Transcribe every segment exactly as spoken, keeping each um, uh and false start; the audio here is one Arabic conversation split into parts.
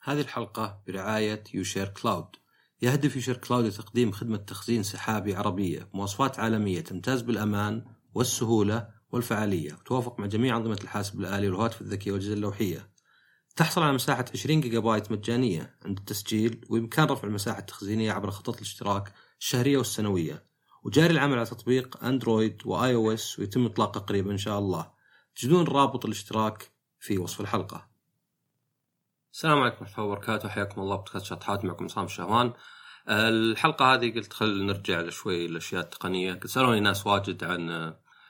هذه الحلقة برعاية يوشير كلاود. يهدف يوشير كلاود لتقديم خدمة تخزين سحابي عربية بمواصفات عالمية تمتاز بالأمان والسهولة والفعالية، وتوافق مع جميع أنظمة الحاسب الآلي والهواتف الذكية والأجهزة اللوحية. تحصل على مساحة عشرين جيجا بايت مجانية عند التسجيل، وبإمكان رفع المساحة التخزينية عبر خطط الاشتراك الشهرية والسنوية، وجاري العمل على تطبيق أندرويد وآي أو إس، ويتم إطلاقه قريبا إن شاء الله. تجدون رابط الاشتراك في وصف الحلقة. السلام عليكم ورحمة الله وبركاته، حياكم الله بودكاست شطحات، معكم عصام شهوان. الحلقة هذه قلت خل نرجع شوي للأشياء التقنية. قد سألوني ناس واجد عن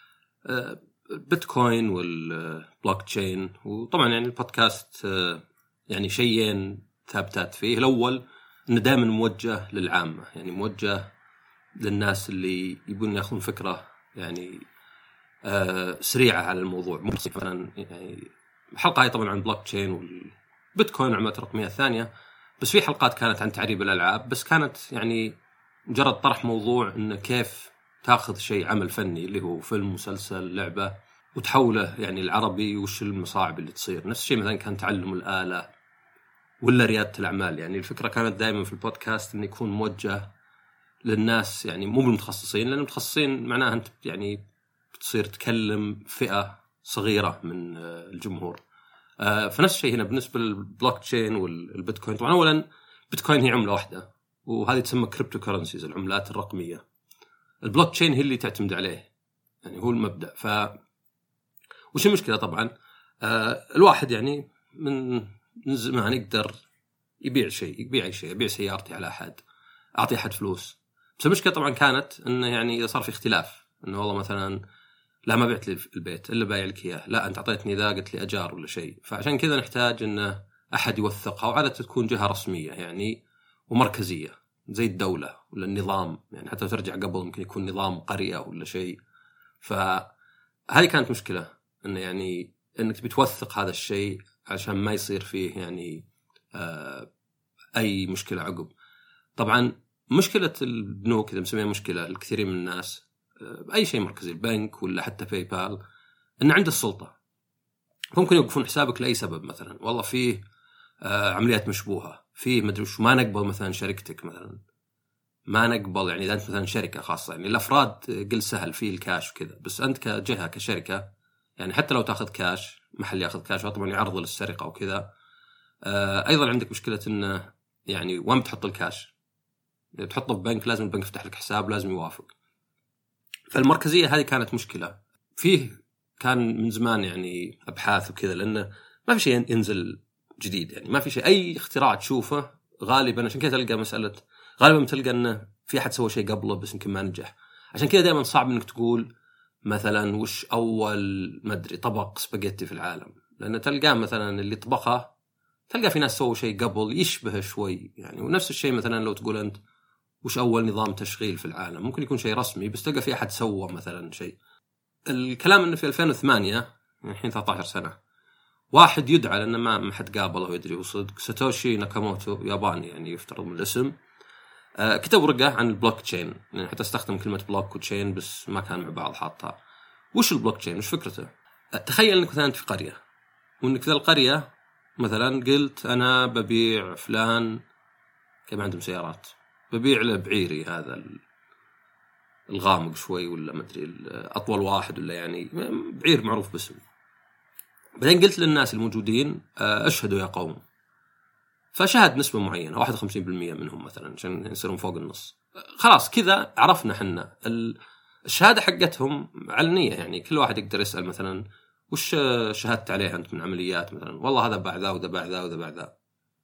بيتكوين والبلوك تشين، وطبعا يعني البودكاست يعني شيئين ثابتات فيه. الأول إنه دائما موجه للعامة، يعني موجه للناس اللي يبون يأخذون فكرة يعني سريعة على الموضوع. مثلا يعني الحلقة هاي طبعا عن بلوك تشين والبيتكوين والعملات الرقمية الثانية، بس في حلقات كانت عن تعريب الألعاب، بس كانت يعني مجرد طرح موضوع إنه كيف تأخذ شيء عمل فني اللي هو فيلم، مسلسل، لعبة، وتحوله يعني العربي، وش المصاعب اللي تصير. نفس الشيء مثلا كان تعلم الآلة ولا ريادة الأعمال. يعني الفكرة كانت دائما في البودكاست إنه يكون موجه للناس، يعني مو بالمتخصصين، لأن المتخصصين معناها أنت يعني بتصير تكلم فئة صغيرة من الجمهور. فنفس الشيء هنا بالنسبة للبلوك تشين والبيتكوين. طبعا أولا بيتكوين هي عملة واحدة، وهذه تسمى كريبتو كورنسيز، العملات الرقمية. البلوك تشين هي اللي تعتمد عليه، يعني هو المبدأ. ف وش المشكلة؟ طبعا آه الواحد يعني من من زمان يقدر يبيع شيء، يبيع أي شيء، يبيع سيارتي على أحد، أعطي أحد فلوس. بس المشكلة طبعا كانت إنه يعني إذا صار في اختلاف، إنه والله مثلا لا ما بعت لي البيت إلا بايع لك إياه، لا أنت أعطيتني ذا قلت لي أجار ولا شيء. فعشان كذا نحتاج إنه أحد يوثقها، وعادة تكون جهة رسمية يعني ومركزية زي الدولة ولا النظام. يعني حتى ترجع قبل ممكن يكون نظام قرية ولا شيء. فهذه كانت مشكلة، إنه يعني إنك بتوثق هذا الشيء عشان ما يصير فيه يعني آه أي مشكلة عقب. طبعا مشكلة البنوك إذا مسميها مشكلة الكثيرين من الناس بأي شيء مركزي، البنك ولا حتى باي بال، إن عنده السلطة. ممكن يوقفون حسابك لأي سبب، مثلا والله فيه آه عمليات مشبوهة، فيه مدري وش، ما نقبل مثلا شركتك، مثلا ما نقبل. يعني إذا أنت مثلا شركة خاصة، يعني الأفراد قل سهل فيه الكاش وكذا، بس أنت كجهة كشركة يعني حتى لو تأخذ كاش، محل يأخذ كاش وطبعا يعرض للسرقة وكذا. آه أيضا عندك مشكلة إنه يعني وين بتحط الكاش؟ تحطه في بنك، لازم البنك يفتح لك حساب، لازم يوافق. فالمركزية هذه كانت مشكلة فيه. كان من زمان يعني أبحاث وكذا، لأنه ما في شيء ينزل جديد، يعني ما في شيء، أي اختراع تشوفه غالبا عشان كذا تلقى مسألة غالبا تلقى أنه في أحد سوى شيء قبله بس يمكن ما نجح. عشان كذا دائما صعب أنك تقول مثلا وش أول مدري طبق سباجيتي في العالم، لأن تلقى مثلا اللي طبخه تلقى في ناس سووا شيء قبل يشبه شوي يعني. ونفس الشيء مثلا لو تقول أنت وش أول نظام تشغيل في العالم، ممكن يكون شيء رسمي بس تلقى في أحد سوى مثلا شيء. الكلام إنه في ألفين وثمانية، الحين ثلاثة عشر سنة، واحد يدعى لأنه ما ما حد قابله ويدري وصدق، ساتوشي ناكاموتو، ياباني يعني يفترض من الاسم، آه كتب ورقة عن البلوك تشين. يعني حتى استخدم كلمة بلوك وتشين بس ما كان مع بعض حاطها. وش البلوك تشين؟ وش فكرته؟ آه تخيل إنك مثلا في قرية، وإنك في القرية مثلا قلت أنا ببيع فلان كم عندهم سيارات، ببيع له بعيري هذا الغامق شوي ولا مدري أطول واحد، ولا يعني بعير معروف باسم. بعدين قلت للناس الموجودين أشهدوا يا قوم، فشهد نسبة معينة واحد وخمسين بالمئة منهم مثلا عشان يصيرون فوق النص. خلاص كذا عرفنا حنا الشهادة حقتهم علنية، يعني كل واحد يقدر يسأل مثلا وش شهدت عليها أنت من عمليات، مثلا والله هذا باع ذا وذا باع ذا وذا باع ذا.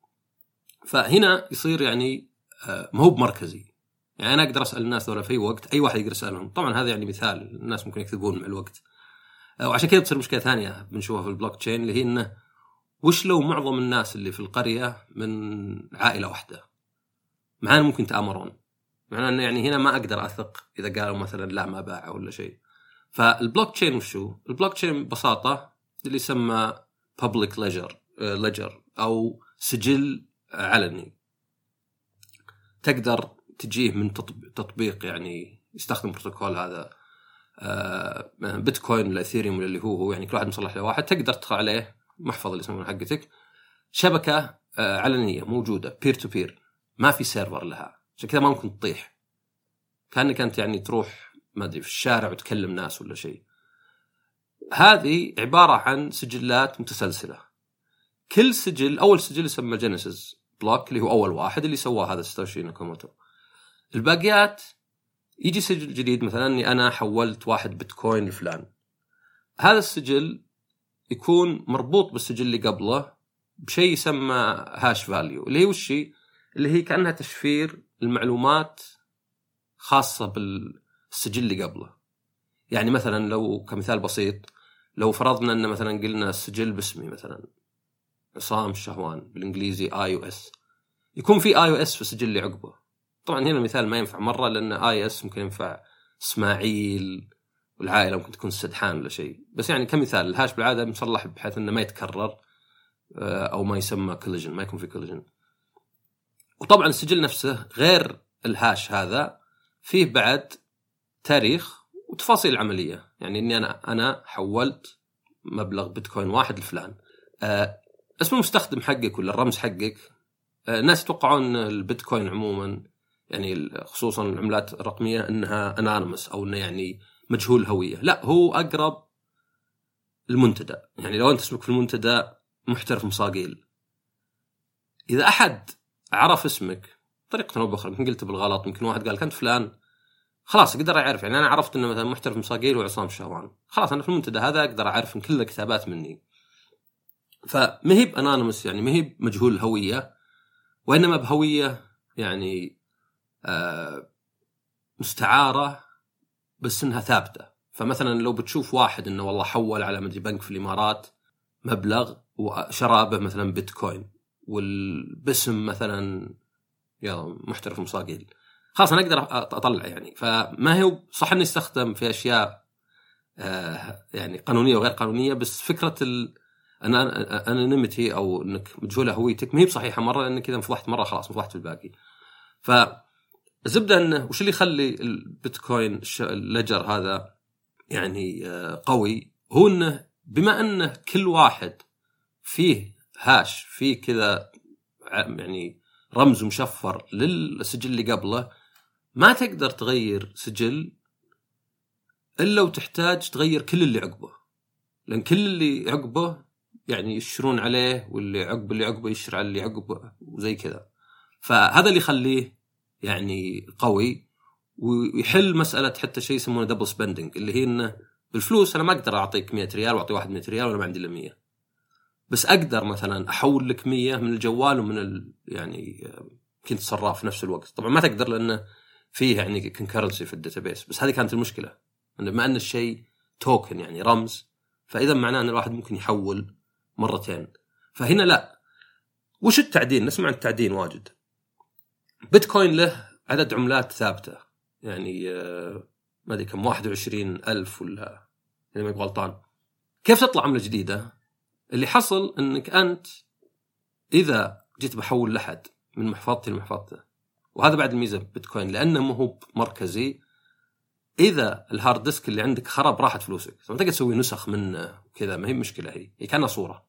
فهنا يصير يعني ما هو بمركزي، يعني أنا أقدر أسأل الناس ذولا في وقت، أي واحد يقدر يسألهم. طبعا هذا يعني مثال، الناس ممكن يكذبون مع الوقت. وعشان كذا بتصير مشكلة ثانية بنشوفها في البلوك تشين، اللي هي إنه وش لو معظم الناس اللي في القرية من عائلة واحدة معانا ممكن تآمرون، معناه إنه يعني هنا ما أقدر أثق إذا قالوا مثلا لا ما باع ولا شيء. فالبلوك تشين وشو؟ البلوك تشين ببساطة اللي يسمى public ledger ledger أو سجل علني. تقدر تجيه من تطبيق يعني يستخدم بروتوكول هذا بيتكوين ولا اثيريوم اللي هو هو يعني كل واحد مصلح له واحد، تقدر تدخل عليه محفظة اللي يسمونها حقتك، شبكة علنية موجودة بير تو بير، ما في سيرفر لها، عشان كذا ما ممكن تطيح. كأنك أنت يعني تروح ما أدري في الشارع وتكلم ناس ولا شيء. هذه عبارة عن سجلات متسلسلة. كل سجل، أول سجل يسمى جينيسيس بلوك اللي هو أول واحد اللي سواه هذا ساتوشي ناكاموتو. الباقيات يجي سجل جديد، مثلا أني أنا حولت واحد بيتكوين لفلان، هذا السجل يكون مربوط بالسجل اللي قبله بشيء يسمى هاش فاليو، اللي هي وشي اللي هي كأنها تشفير المعلومات خاصة بالسجل اللي قبله. يعني مثلا لو كمثال بسيط، لو فرضنا أن مثلا قلنا السجل باسمي مثلا عصام الشهوان بالإنجليزي آي أو إس، يكون في آي أو إس في السجل اللي عقبه. طبعا هنا المثال ما ينفع مرة، لأن آي إس ممكن ينفع إسماعيل والعائلة ممكن تكون السدحان ولا شيء، بس يعني كمثال الهاش بالعادة مصلح بحيث أنه ما يتكرر أو ما يسمى كوليجن، ما يكون في كوليجن. وطبعا السجل نفسه غير الهاش هذا فيه بعد تاريخ وتفاصيل العملية، يعني إني أنا أنا حولت مبلغ بيتكوين واحد لفلان، أه اسم المستخدم حقك ولا الرمز حقك. أه الناس يتوقعون البيتكوين عموما، يعني خصوصا العملات الرقمية، أنها أنونيمس أو أنه يعني مجهول هوية. لا، هو أقرب المنتدى. يعني لو أنت اسمك في المنتدى محترف مصاقيل، إذا أحد عرف اسمك طريقة أو بأخرى، يمكن قلت بالغلط، يمكن واحد قال كنت فلان، خلاص أقدر أعرف. يعني أنا عرفت إنه مثلا محترف مصاقيل وعصام الشهوان، خلاص أنا في المنتدى هذا أقدر أعرف إن كل الكتابات مني. فمهيب أنونيمس، يعني مهيب مجهول الهوية، وإنما بهوية يعني آه مستعارة بس إنها ثابتة. فمثلا لو بتشوف واحد إنه والله حول على مدري بنك في الإمارات مبلغ وشرابه مثلا بيتكوين والبسم مثلا يا محترف مصاقيل، خلاص أنا أقدر أطلع. يعني فما هو صح إنه يستخدم في أشياء آه يعني قانونية وغير قانونية، بس فكرة ال أنا أنونيميتي أو إنك مجهولة هويتك ما هي بصحيحة مرة، لأن كذا مفضحت مرة خلاص مفضحت الباقي. فالزبدة إنه وش اللي يخلي البيتكوين الليجر هذا يعني آه قوي، هو إنه بما أنه كل واحد فيه هاش فيه كذا يعني رمز مشفر للسجل اللي قبله، ما تقدر تغير سجل إلا وتحتاج تغير كل اللي عقبه، لأن كل اللي عقبه يعني يشرون عليه، واللي عقب اللي عقبه يشر على اللي عقبه وزي كذا. فهذا اللي يخليه يعني قوي، ويحل مسألة حتى شيء يسمونه دبل سبندنج، اللي هي إنه بالفلوس أنا ما أقدر أعطيك مئة ريال وأعطي واحد مئة ريال وأنا ما عندي إلا مية، بس أقدر مثلا أحول لك مية من الجوال ومن ال يعني كنت صراف في نفس الوقت. طبعا ما تقدر لأنه فيه يعني كونكرنسي في الداتابيس، بس هذه كانت المشكلة، إنه ما أن الشيء توكن يعني رمز، فإذا معناه أن الواحد ممكن يحول مرتين. فهنا لا. وش التعدين؟ نسمع عن التعدين واجد. بيتكوين له عدد عملات ثابتة، يعني ما أدري كم واحد وعشرين ألف ولا يعني ما يبغى غلطان. كيف تطلع عملة جديدة؟ اللي حصل أنك أنت إذا جيت بحول لحد من محفظتي لمحفظته، وهذا بعد الميزة بيتكوين لأنه مو هو مركزي، إذا الهارد ديسك اللي عندك خرب راحت فلوسك. ما تقدر تسوي نسخ منه كذا، ما هي مشكلة، هي هي كانها صورة،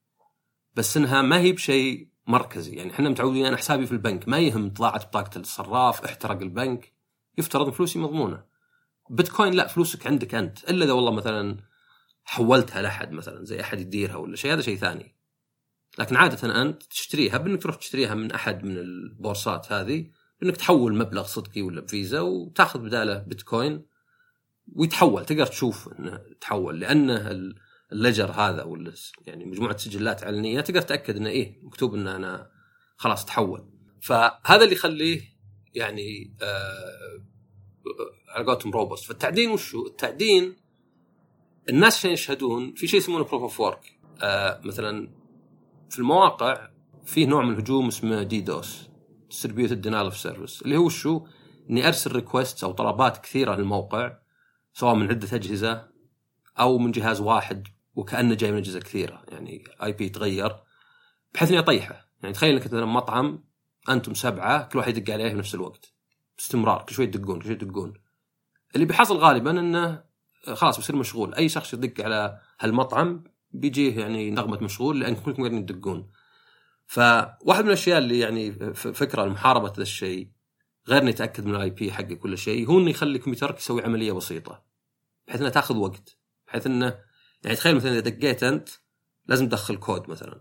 بس إنها ما هي بشيء مركزي. يعني إحنا متعودين أنا حسابي في البنك ما يهم طلعت بطاقة الصراف، احترق البنك، يفترض فلوسي مضمونة. بيتكوين لا، فلوسك عندك أنت، إلا إذا والله مثلا حولتها لأحد مثلا زي أحد يديرها ولا شيء، هذا شيء ثاني. لكن عادة أنت تشتريها بأنك تروح تشتريها من أحد من البورصات هذه، بأنك تحول مبلغ صدقي ولا بفيزا وتأخذ بداله بيتكوين ويتحول، تقدر تشوف انه تحول، لانه الليجر هذا ولا يعني مجموعه سجلات علنيه تقدر تاكد انه ايه مكتوب انه انا خلاص تحول. فهذا اللي يخليه يعني آه على قولتهم روبوست. فالتعدين وشو التعدين؟ الناس عشان يشهدون في شيء يسمونه بروف اوف ورك. مثلا في المواقع فيه نوع من الهجوم اسمه ديدوس distributed denial of service، اللي هو شو اني ارسل ريكويست او طلبات كثيره للموقع سواء من عدة أجهزة أو من جهاز واحد وكأنه جاي من أجهزة كثيرة، يعني آي بي يتغير بحيث إني أطيحه. يعني تخيل إنك مثلا مطعم أنتم سبعة كل واحد يدق عليه في نفس الوقت باستمرار، كل شوي يدقون كل شوي يدقون. اللي بيحصل غالبا إنه خلاص بيصير مشغول، أي شخص يدق على هالمطعم بيجيه يعني نغمة مشغول لأن كلكم قاعدين تدقون. فواحد من الاشياء اللي يعني فكره المحاربه هذا الشيء غير انه يتاكد من الاي بي حق كل شيء، هو انه يخلي كمبيوترك يسوي عمليه بسيطه بحيث انها تاخذ وقت، بحيث انه يعني تخيل مثلا اذا دقيت انت لازم تدخل كود مثلا،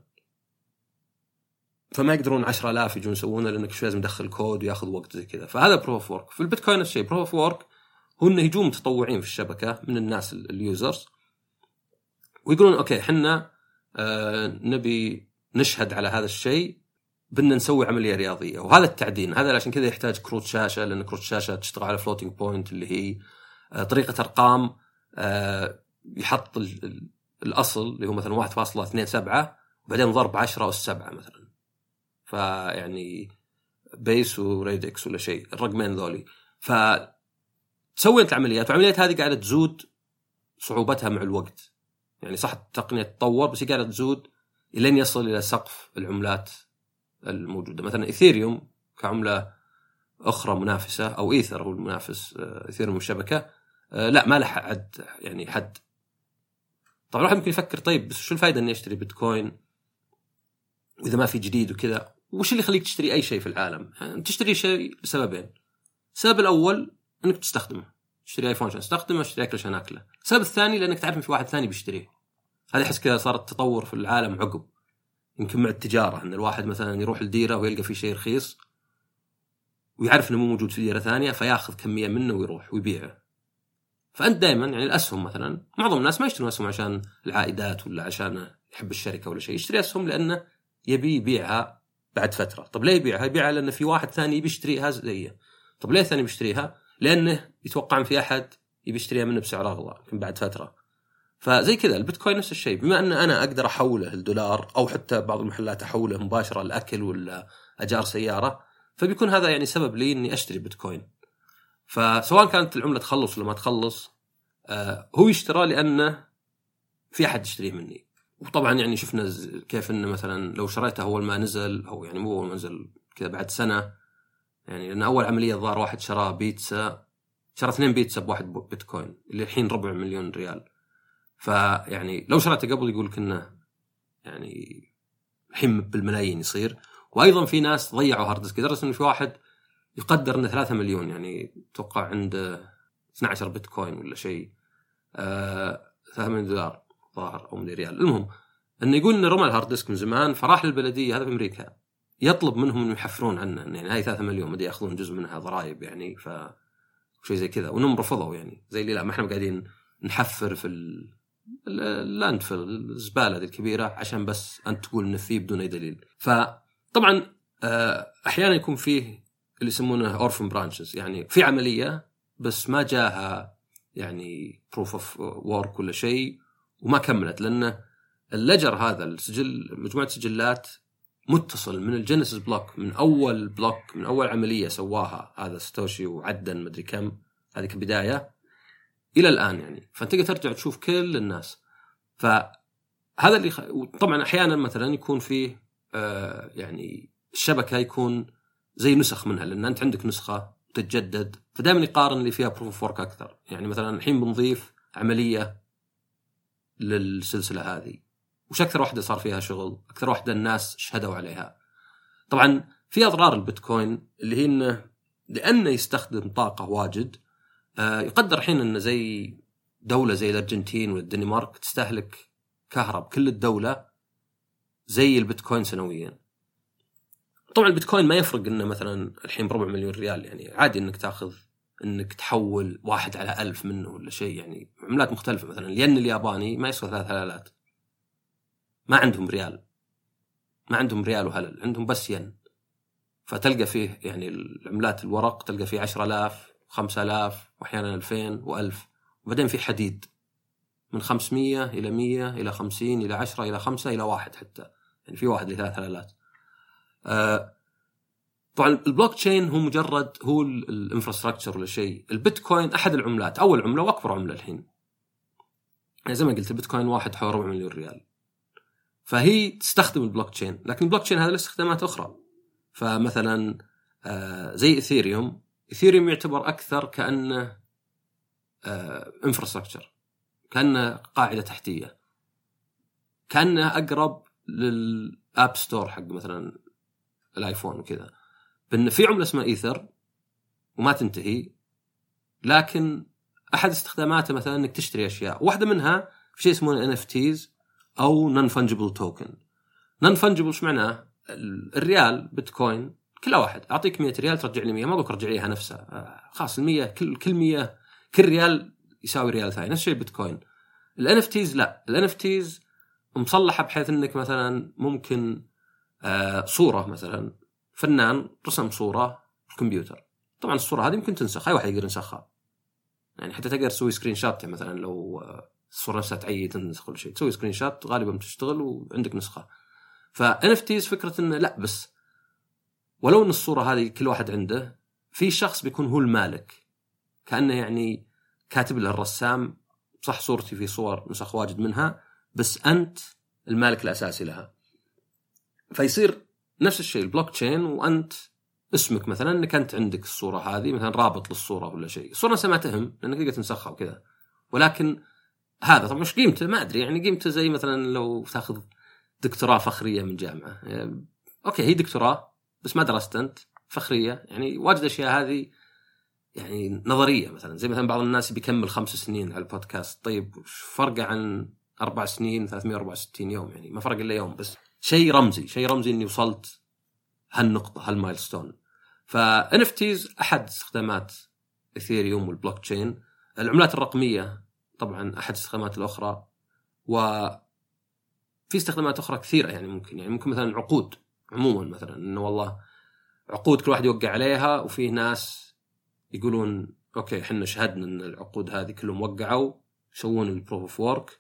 فما يقدرون عشرة آلاف يجون يسوونه لانك شو لازم تدخل كود وياخذ وقت زي كذا. فهذا بروف اوف ورك. في البيتكوين نفس الشيء، بروف اوف ورك هو انه يجون متطوعين في الشبكه من الناس اليوزرز ويقولون اوكي احنا آه نبي نشهد على هذا الشيء بدنا نسوي عمليه رياضيه، وهذا التعدين هذا عشان كذا يحتاج كروت شاشه، لان كروت الشاشه تشتغل على فلوتينج بوينت اللي هي آه طريقه ارقام آه يحط الاصل اللي هو مثلا واحد فاصلة اثنين سبعة وبعدين ضرب عشرة أس سبعة مثلا، فيعني بيس وريدكس ولا شيء الرقمين ذولي. فسويت العمليات، وعمليات هذه قاعده تزود صعوبتها مع الوقت، يعني صح التقنيه تتطور بس هي قاعده تزود لين يصل الى سقف العملات الموجوده. مثلا ايثيريوم كعمله اخرى منافسه، او ايثر هو المنافس ايثيريوم الشبكه، لا ما له حد يعني حد. طبعا الواحد ممكن يفكر طيب بس شو الفائده اني اشتري بيتكوين واذا ما في جديد وكذا؟ وش اللي يخليك تشتري اي شيء في العالم؟ يعني تشتري شيء لسببين. السبب الاول انك تستخدمه، تشتري ايفون عشان تستخدمه، تشتري اكل عشان اكله. السبب الثاني لانك تعرف ان في واحد ثاني بيشتريه. هذا احس كذا صار التطور في العالم عقب، يمكن مع التجاره، ان الواحد مثلا يروح الديره ويلقى في شيء رخيص ويعرف انه مو موجود في ديره ثانيه فياخذ كميه منه ويروح ويبيعه. فانت دائما يعني الاسهم مثلا معظم الناس ما يشترون اسهم عشان العائدات ولا عشان يحب الشركه ولا شيء، يشتري اسهم لانه يبي يبيعها بعد فتره. طب ليه يبيعها؟ يبيعها لان في واحد ثاني يبي يشتريها زيه. طب ليه ثاني بيشتريها؟ لانه يتوقع ان في احد يبي يشتريها منه بسعر اغلى يمكن بعد فتره. فزي كذا البيتكوين نفس الشيء، بما ان انا اقدر احوله الدولار او حتى بعض المحلات احوله مباشره الاكل ولا اجار سياره، فبيكون هذا يعني سبب لي اني اشتري بيتكوين. فسواء كانت العمله تخلص ولا ما تخلص آه هو يشترى لانه في احد يشتريه مني. وطبعا يعني شفنا كيف انه مثلا لو شريته اول ما نزل، او يعني مو اول ما نزل كذا بعد سنه، يعني لان اول عمليه ظهر واحد شرى بيتزا، شرى اثنين بيتزا بواحد بيتكوين اللي الحين ربع مليون ريال. فيعني لو شريته قبل يقول كنا يعني الحين بالملايين يصير. وايضا في ناس ضيعوا هارد ديسك لدرجه انه في واحد يقدر انه ثلاثة مليون، يعني توقع عنده اثنا عشر بيتكوين ولا شيء، آه ثلاثة مليون دولار ظاهر او مليون ريال. المهم انه يقول انه رمى الهارد ديسك من زمان، فراح للبلديه هذا في امريكا يطلب منهم انه يحفرون عنه، يعني هاي ثلاثة مليون بدي ياخذون جزء منها ضرائب يعني، ف شيء زي كذا. وانهم رفضوا يعني زي اللي لا ما احنا قاعدين نحفر في ال... اللاند في الزباله ذي الكبيره عشان بس انت تقول انه فيه بدون اي دليل. فطبعا احيانا يكون فيه اللي يسمونه اورفن برانشز، يعني في عمليه بس ما جاها يعني بروف اوف وورك ولا شيء وما كملت، لان اللجر هذا السجل مجموعه سجلات متصل من الجينيسيس بلوك، من اول بلوك من اول عمليه سواها هذا ساتوشي وعدن مدري كم هذه كبدايه الى الان يعني. فانت ترجع تشوف كل الناس. فهذا اللي خ... طبعا احيانا مثلا يكون فيه آه يعني الشبكه يكون زي نسخ منها، لان انت عندك نسخه تتجدد، فدائما يقارن اللي فيها بروف اوف ورك اكثر. يعني مثلا الحين بنضيف عمليه للسلسله هذه، وش اكثر واحده صار فيها شغل، اكثر واحده الناس شهدوا عليها. طبعا في اضرار البيتكوين اللي هي انه لانه يستخدم طاقه واجد، آه يقدر الحين انه زي دوله زي الارجنتين والدنمارك تستهلك كهرب كل الدوله زي البيتكوين سنويا. طبعا البيتكوين ما يفرق انه مثلا الحين بربع مليون ريال، يعني عادي انك تاخذ انك تحول واحد على ألف منه ولا شيء، يعني عملات مختلفه. مثلا الين الياباني ما يسوى ثلاث هلالات، ما عندهم ريال، ما عندهم ريال وهلل، عندهم بس ين. فتلقى فيه يعني العملات الورق تلقى فيه عشرة آلاف خمسة آلاف وأحيانا ألفين وألف، وبعدين في حديد من خمسمية إلى مية إلى خمسين إلى عشرة إلى خمسة إلى واحد حتى، يعني في واحد لثلاث هلالات. آه طبعا البلوك تشين هو مجرد هو الانفراستراكشر ولا شيء. البيتكوين أحد العملات، أول عملة وأكبر عملة الحين. يعني زي ما قلت البيتكوين واحد حوالي ربع مليون ريال، فهي تستخدم البلوك تشين. لكن البلوك تشين هذا له استخدامات أخرى. فمثلا آه زي إثيريوم، إثيريوم يعتبر أكثر كأنه آه انفراستراكشر، كأنه قاعدة تحتية، كأنه أقرب اب ستور حق مثلا الايفون وكذا، بان في عمله اسمها ايثر وما تنتهي، لكن احد استخداماته مثلا انك تشتري اشياء، واحده منها في شيء اسمه ان اف تيز او نون فانجبل توكن. نون فانجبل ايش معناه؟ الريال بيتكوين كل واحد اعطيك مية ريال ترجع لي مية، ما اقولك رجع ليها نفسها، خلاص المية كل كل مية كل ريال يساوي ريال ثاني. نفس الشيء بيتكوين. الان اف تيز لا، الان اف تيز مصلحه بحيث انك مثلا ممكن آه صوره، مثلا فنان رسم صوره بالكمبيوتر، طبعا الصوره هذه ممكن تنسخ، اي واحد يقدر ينسخها، يعني حتى تقدر تسوي سكرين شوت، مثلا لو الصوره نفسها تعيد تنسخ كل شيء، تسوي سكرين شوت غالبا بتشتغل وعندك نسخه. فان اف تيز فكره انه لا، بس ولو ان الصوره هذه كل واحد عنده، في شخص بيكون هو المالك، كانه يعني كاتب له الرسام صح صورتي في صور نسخ واجد منها، بس انت المالك الاساسي لها. فيصير نفس الشيء البلوك تشين، وانت اسمك مثلا انك انت عندك الصوره هذه مثلا رابط للصوره ولا شيء، الصوره نفسها ما تهم لانك تقدر تنسخها وكذا، ولكن هذا طبعا مش قيمته، ما ادري يعني قيمته زي مثلا لو تاخذ دكتوراه فخريه من جامعه، يعني اوكي هي دكتوراه بس ما درست انت، فخريه يعني واجد اشياء هذه يعني نظريه، مثلا زي مثلا بعض الناس بيكمل خمس سنين على البودكاست، طيب وش فرقه عن اربع سنين ثلاثمية واربعة وستين يوم؟ يعني ما فرق الا يوم بس، شيء رمزي شيء رمزي اني وصلت هالنقطه هالمايلستون. فان اف تيز احد استخدامات اثيريوم والبلوك تشين. العملات الرقميه طبعا احد استخدامات الاخرى، وفي استخدامات اخرى كثيره، يعني ممكن يعني ممكن مثلا عقود عموما، مثلا انه والله عقود كل واحد يوقع عليها، وفيه ناس يقولون اوكي احنا شهدنا ان العقود هذه كلهم وقعوا، يسوون البروف اوف وورك،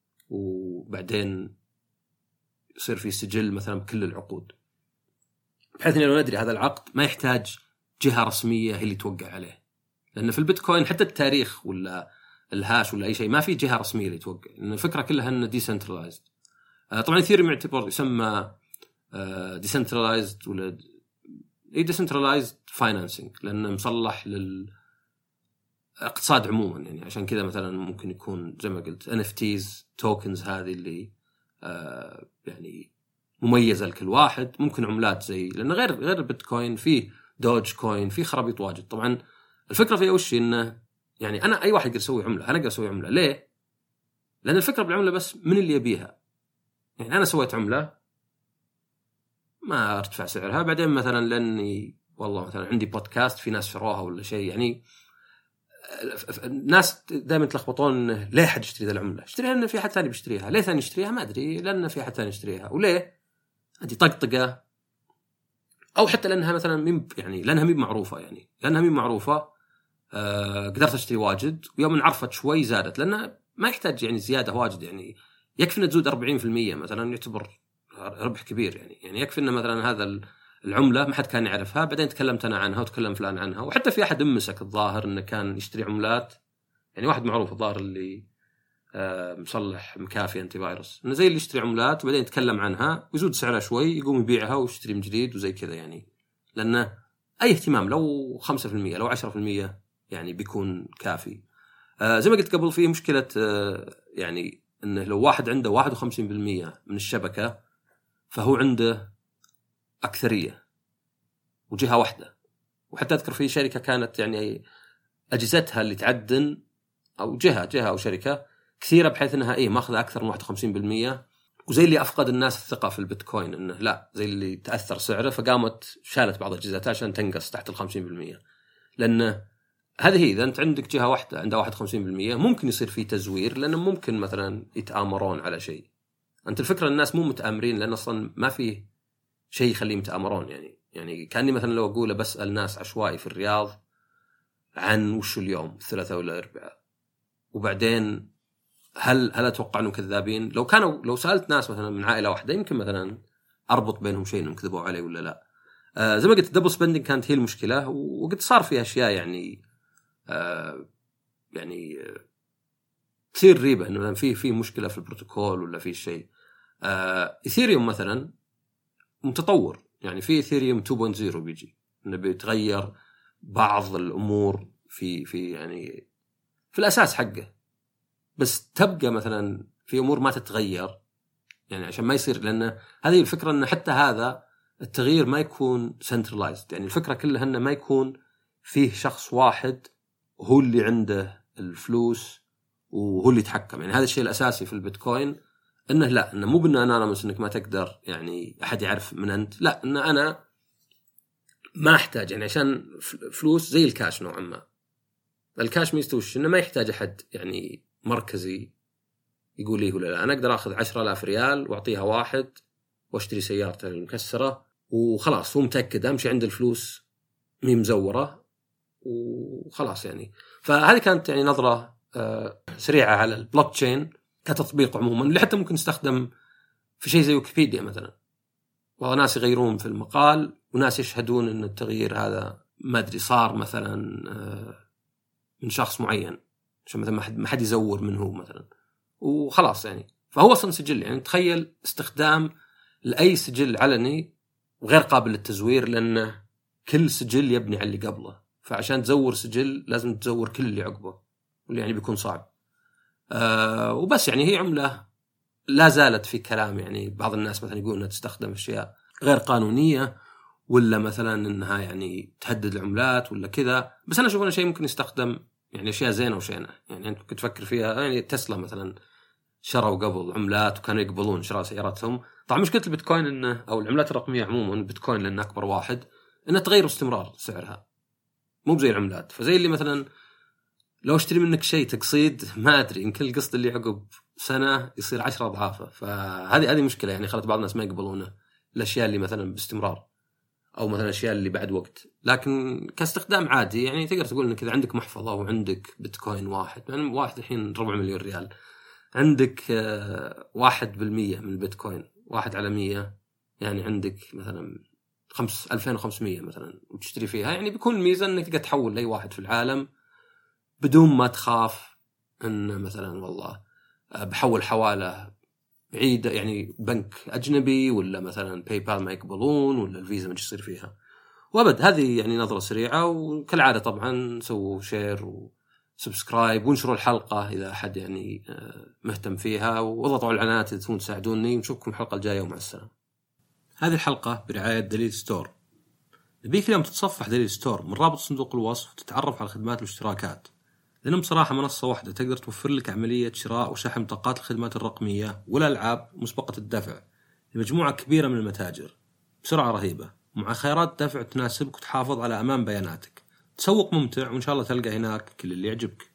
وبعدين يصير في سجل مثلا بكل العقود، بحيث ان لو ندري هذا العقد ما يحتاج جهه رسميه هي اللي توقع عليه، لان في البيتكوين حتى التاريخ ولا الهاش ولا اي شيء ما في جهه رسميه اللي توقع، لان الفكره كلها انه ديسنترلايزد. طبعا اثيريوم يعتبر يسمى ديسنترلايزد ولا اي ديسنترلايزد فاينانسنج، لانه مصلح للاقتصاد عموما، يعني عشان كذا مثلا ممكن يكون زي ما قلت ان اف تيز توكنز هذه اللي آه يعني مميزه لكل واحد، ممكن عملات زي، لان غير غير البيتكوين فيه دوج كوين، فيه خرابيط واجد. طبعا الفكره فيها وش انه يعني انا اي واحد يقدر يسوي عمله، انا اقدر اسوي عمله، ليه؟ لان الفكره بالعمله بس من اللي يبيها، يعني انا سويت عمله ما ارتفع سعرها، بعدين مثلا لاني والله مثلا عندي بودكاست في ناس شروها ولا شيء، يعني الناس دائما يتلخبطون ليه حد يشتري ذا العمله، اشتريها لان في حد ثاني بيشتريها، ليه ثاني يشتريها ما ادري، لان في حد ثاني يشتريها، وليه هذه طقطقه، او حتى لانها مثلا مين يعني لانها مين معروفه، يعني لانها مين معروفه آه قدرت اشتري واجد، ويوم انعرفت شوي زادت، لانها ما يحتاج يعني زياده واجد، يعني يكفي ان تزود أربعين بالمية مثلا يعتبر ربح كبير، يعني يعني يكفي ان مثلا هذا العمله ما حد كان يعرفها، بعدين تكلمت انا عنها وتكلم فلان عنها، وحتى في احد امسك الظاهر انه كان يشتري عملات، يعني واحد معروف الظاهر اللي آه مصلح مكافي انتي فايروس، انه زي اللي يشتري عملات وبعدين يتكلم عنها ويزود سعرها شوي يقوم يبيعها ويشتري من جديد وزي كذا، يعني لانه اي اهتمام لو خمسة بالمية لو عشرة بالمية يعني بيكون كافي. آه زي ما قلت قبل في مشكله آه يعني انه لو واحد عنده واحد وخمسين بالمية من الشبكه فهو عنده أكثرية وجهة واحدة. وحتى أذكر في شركة كانت يعني أجهزتها اللي تعدن، أو جهة جهة أو شركة كثيرة بحيث أنها إيه ماخذة أكثر من واحد وخمسين بالمية، وزي اللي أفقد الناس الثقة في البيتكوين أنه لا، زي اللي تأثر سعره فقامت شالت بعض أجهزتها عشان تنقص تحت الخمسين بالمية، لأن هذه هي إذا أنت عندك جهة واحدة عندها واحد وخمسين بالمية ممكن يصير فيه تزوير، لأنه ممكن مثلا يتآمرون على شيء. أنت الفكرة الناس مو متآمرين لأن أصلا ما فيه شيء يخليهم يتآمرون، يعني يعني كأني مثلا لو أقول بسأل ناس عشوائي في الرياض عن وش اليوم الثلاثاء ولا الأربعاء، وبعدين هل هل أتوقع أنهم كذابين؟ لو كانوا لو سألت ناس مثلا من عائلة واحدة يمكن مثلا أربط بينهم شيء إنهم كذبوا علي ولا لا. آه زي ما قلت دبل سبندنج كانت هي المشكلة، وقد صار فيها أشياء يعني آه يعني آه تصير ريبة إنه مثلا في في مشكلة في البروتوكول ولا في شيء. آه إثيريوم مثلا متطور، يعني في إثيريوم تو بوينت زيرو بيجي إنه بيتغير بعض الأمور في في يعني في الأساس حقه، بس تبقى مثلا في أمور ما تتغير يعني عشان ما يصير، لأن هذه الفكرة أن حتى هذا التغيير ما يكون centralized. يعني الفكرة كلها أنه ما يكون فيه شخص واحد هو اللي عنده الفلوس وهو اللي يتحكم. يعني هذا الشيء الأساسي في البيتكوين، أنه لا، أنه مو بأنه أنا أنامس أنك ما تقدر يعني أحد يعرف من أنت، لا، أنه أنا ما أحتاج، يعني عشان فلوس زي الكاش نوعا ما. الكاش ما يستوش إنه ما يحتاج أحد يعني مركزي يقول لي ولا لا. أنا أقدر أخذ عشرة آلاف ريال وأعطيها واحد واشتري سيارته المكسرة وخلاص، هو متأكد أمشي عند الفلوس مي مزورة وخلاص يعني. فهذه كانت يعني نظرة سريعة على البلوك تشين كتطبيق عموما، اللي حتى ممكن نستخدم في شيء زي ويكيبيديا مثلا، وناس يغيرون في المقال وناس يشهدون أن التغيير هذا ما أدري صار مثلا من شخص معين، عشان مثلا ما حد يزور منه مثلا وخلاص يعني. فهو أصلا سجل، يعني تخيل استخدام لأي سجل علني وغير قابل للتزوير، لأن كل سجل يبني على اللي قبله، فعشان تزور سجل لازم تزور كل اللي عقبه، واللي يعني بيكون صعب. أه وبس يعني هي عملة لا زالت في كلام، يعني بعض الناس مثلا يقولون أنها تستخدم أشياء غير قانونية، ولا مثلا أنها يعني تهدد العملات ولا كذا. بس أنا أشوف أنه شيء ممكن يستخدم يعني أشياء زينة وشينة. يعني أنت ممكن تفكر فيها، يعني تسلا مثلا شروا قبل عملات وكانوا يقبلون شراء سياراتهم. طبعا مشكلة البيتكوين إنه أو العملات الرقمية عموما، البيتكوين لأنه أكبر واحد، إنه تغير استمرار سعرها مو بزي العملات. فزي اللي مثلا لو اشتري منك شيء تقسيط، ما أدري يمكن القسط اللي عقب سنة يصير عشرة أضعافه. فهذه هذه مشكلة يعني، خلت بعض الناس ما يقبلونه الأشياء اللي مثلا باستمرار، أو مثلا الأشياء اللي بعد وقت. لكن كاستخدام عادي يعني تقدر تقول إنك إذا عندك محفظة وعندك بيتكوين واحد، يعني واحد الحين ربع مليون ريال، عندك واحد بالمية من البيتكوين، واحد على مية، يعني عندك مثلا خمس ألفين وخمسمية مثلا وتشتري فيها، يعني بيكون الميزة إنك تقدر تحول لأي واحد في العالم بدون ما تخاف إن مثلا والله بحول حوالة بعيدة، يعني بنك أجنبي ولا مثلا باي بال ما يقبلون ولا الفيزا ما يصير فيها. وأبد هذه يعني نظرة سريعة، وكالعادة طبعا سووا شير وسبسكرايب وانشروا الحلقة إذا أحد يعني مهتم فيها، واضغطوا على الإعلانات إذا تكون تساعدوني، ونشوفكم الحلقة الجاية ومع السلامة. هذه الحلقة برعاية دليل ستور. نبيك اليوم تتصفح دليل ستور من رابط صندوق الوصف وتتعرف على الخدمات والاشتراكات، لأنهم بصراحة منصة واحدة تقدر توفر لك عملية شراء وشحن بطاقات الخدمات الرقمية والألعاب مسبقة الدفع لمجموعة كبيرة من المتاجر بسرعة رهيبة، مع خيارات دفع تناسبك وتحافظ على أمان بياناتك. تسوق ممتع، وإن شاء الله تلقى هناك كل اللي يعجبك.